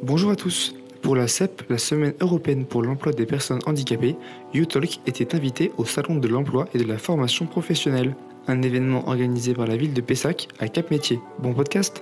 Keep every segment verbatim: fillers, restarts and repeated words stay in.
Bonjour à tous. Pour la C E P, la Semaine européenne pour l'emploi des personnes handicapées, YouTalk était invité au Salon de l'emploi et de la formation professionnelle, un événement organisé par la ville de Pessac à Cap-Métier. Bon podcast.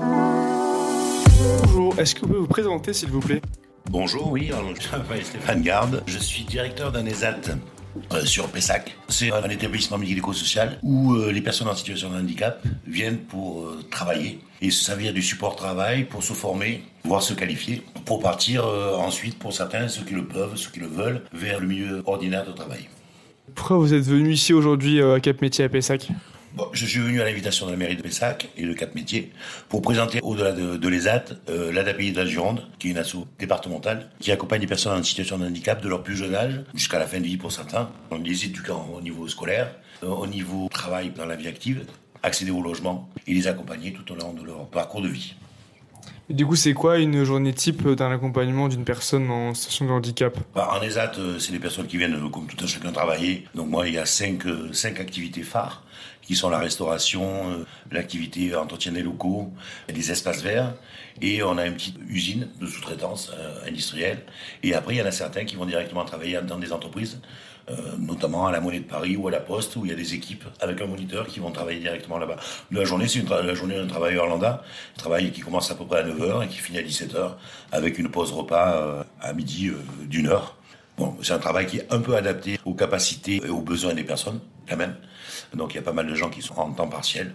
Bonjour, est-ce que vous pouvez vous présenter s'il vous plaît ? Bonjour, oui, alors, je m'appelle Stéphane Garde, je suis directeur d'un ESAT euh, sur Pessac. C'est un établissement médico-social où euh, les personnes en situation de handicap viennent pour euh, travailler et se servir du support travail pour se former, voire se qualifier, pour partir euh, ensuite, pour certains, ceux qui le peuvent, ceux qui le veulent, vers le milieu ordinaire de travail. Pourquoi vous êtes venu ici aujourd'hui euh, à Cap-Métier à Pessac ? Bon, je suis venu à l'invitation de la mairie de Pessac et de Cap-Métier pour présenter au-delà de, de l'ESAT euh, l'A D A P I de la Gironde, qui est une asso départementale qui accompagne les personnes en situation de handicap de leur plus jeune âge jusqu'à la fin de vie pour certains. On les éduquant au niveau scolaire, euh, au niveau travail dans la vie active, accéder au logement et les accompagner tout au long de leur parcours de vie. Et du coup, c'est quoi une journée type d'un accompagnement d'une personne en situation de handicap ? Bah, en ESAT, euh, c'est les personnes qui viennent, euh, comme tout un chacun, travailler. Donc moi, il y a cinq, euh, cinq activités phares qui sont la restauration, euh, l'activité entretien des locaux, des espaces verts, et on a une petite usine de sous-traitance euh, industrielle. Et après, il y en a certains qui vont directement travailler dans des entreprises, euh, notamment à la Monnaie de Paris ou à la Poste, où il y a des équipes avec un moniteur qui vont travailler directement là-bas. La journée, c'est une tra- la journée d'un travailleur lambda, un travail qui commence à peu près à neuf heures et qui finit à dix-sept heures, avec une pause repas euh, à midi euh, d'une heure. Bon, c'est un travail qui est un peu adapté aux capacités et aux besoins des personnes, quand même. Donc il y a pas mal de gens qui sont en temps partiel.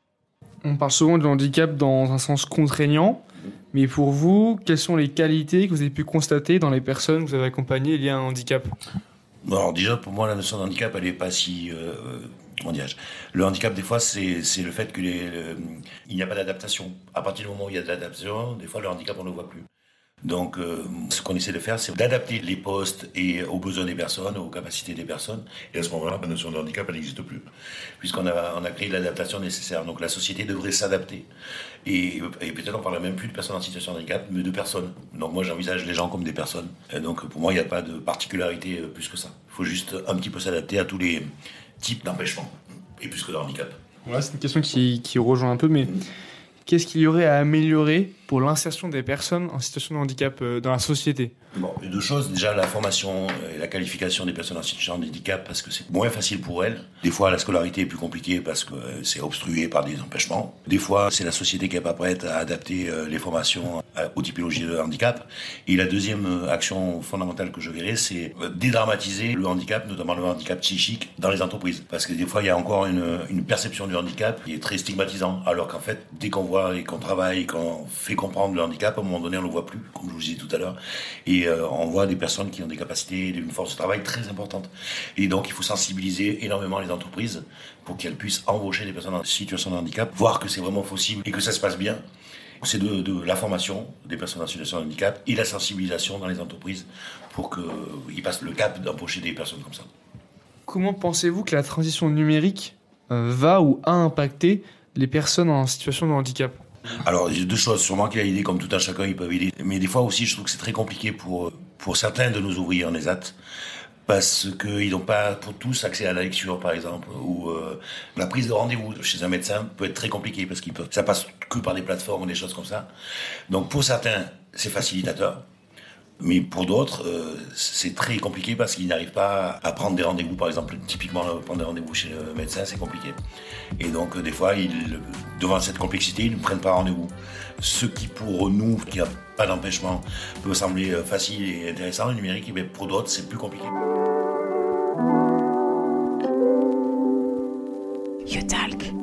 On parle souvent du handicap dans un sens contraignant, mais pour vous, quelles sont les qualités que vous avez pu constater dans les personnes que vous avez accompagnées liées à un handicap ? Alors déjà, pour moi, la notion de handicap, elle n'est pas si... Euh, comment dirais-je ? Le handicap, des fois, c'est, c'est le fait qu'il euh, n'y a pas d'adaptation. À partir du moment où il y a de l'adaptation, des fois, le handicap, on ne le voit plus. Donc, euh, ce qu'on essaie de faire, c'est d'adapter les postes et aux besoins des personnes, aux capacités des personnes. Et à ce moment-là, la notion de handicap, elle n'existe plus, puisqu'on a, on a créé l'adaptation nécessaire. Donc, la société devrait s'adapter. Et, et peut-être on ne parle même plus de personnes en situation de handicap, mais de personnes. Donc, moi, j'envisage les gens comme des personnes. Et donc, pour moi, il n'y a pas de particularité plus que ça. Il faut juste un petit peu s'adapter à tous les types d'empêchements, et plus que de handicap. Ouais, c'est une question qui, qui rejoint un peu, mais... Mmh. Qu'est-ce qu'il y aurait à améliorer pour l'insertion des personnes en situation de handicap dans la société ? Bon, il y a deux choses. Déjà, la formation et la qualification des personnes en situation de handicap, parce que c'est moins facile pour elles. Des fois, la scolarité est plus compliquée parce que c'est obstrué par des empêchements. Des fois, c'est la société qui n'est pas prête à adapter les formations aux typologies de handicap. Et la deuxième action fondamentale que je verrai, c'est dédramatiser le handicap, notamment le handicap psychique, dans les entreprises. Parce que des fois, il y a encore une, une perception du handicap qui est très stigmatisant, alors qu'en fait, dès qu'on voit et qu'on travaille, qu'on fait comprendre le handicap, à un moment donné, on ne le voit plus, comme je vous disais tout à l'heure. Et euh, on voit des personnes qui ont des capacités, une force de travail très importante. Et donc, il faut sensibiliser énormément les entreprises pour qu'elles puissent embaucher des personnes en situation de handicap, voir que c'est vraiment possible et que ça se passe bien. C'est de, de la formation des personnes en situation de handicap et la sensibilisation dans les entreprises pour qu'ils passent le cap d'embaucher des personnes comme ça. Comment pensez-vous que la transition numérique euh, va ou a impacté les personnes en situation de handicap ? Alors, il y a deux choses. Sûrement qu'il y a l'idée, comme tout un chacun, ils peuvent aider. Mais des fois aussi, je trouve que c'est très compliqué pour, pour certains de nos ouvriers en ESAT, parce qu'ils n'ont pas pour tous accès à la lecture, par exemple, ou euh, la prise de rendez-vous chez un médecin peut être très compliquée, parce que ça passe que par des plateformes ou des choses comme ça. Donc, pour certains, c'est facilitateur. Mais pour d'autres, euh, c'est très compliqué parce qu'ils n'arrivent pas à prendre des rendez-vous. Par exemple, typiquement, prendre des rendez-vous chez le médecin, c'est compliqué. Et donc, des fois, ils, devant cette complexité, ils ne prennent pas rendez-vous. Ce qui, pour nous, qui n'ont pas d'empêchement, peut sembler facile et intéressant, le numérique, mais pour d'autres, c'est plus compliqué. YouTalk.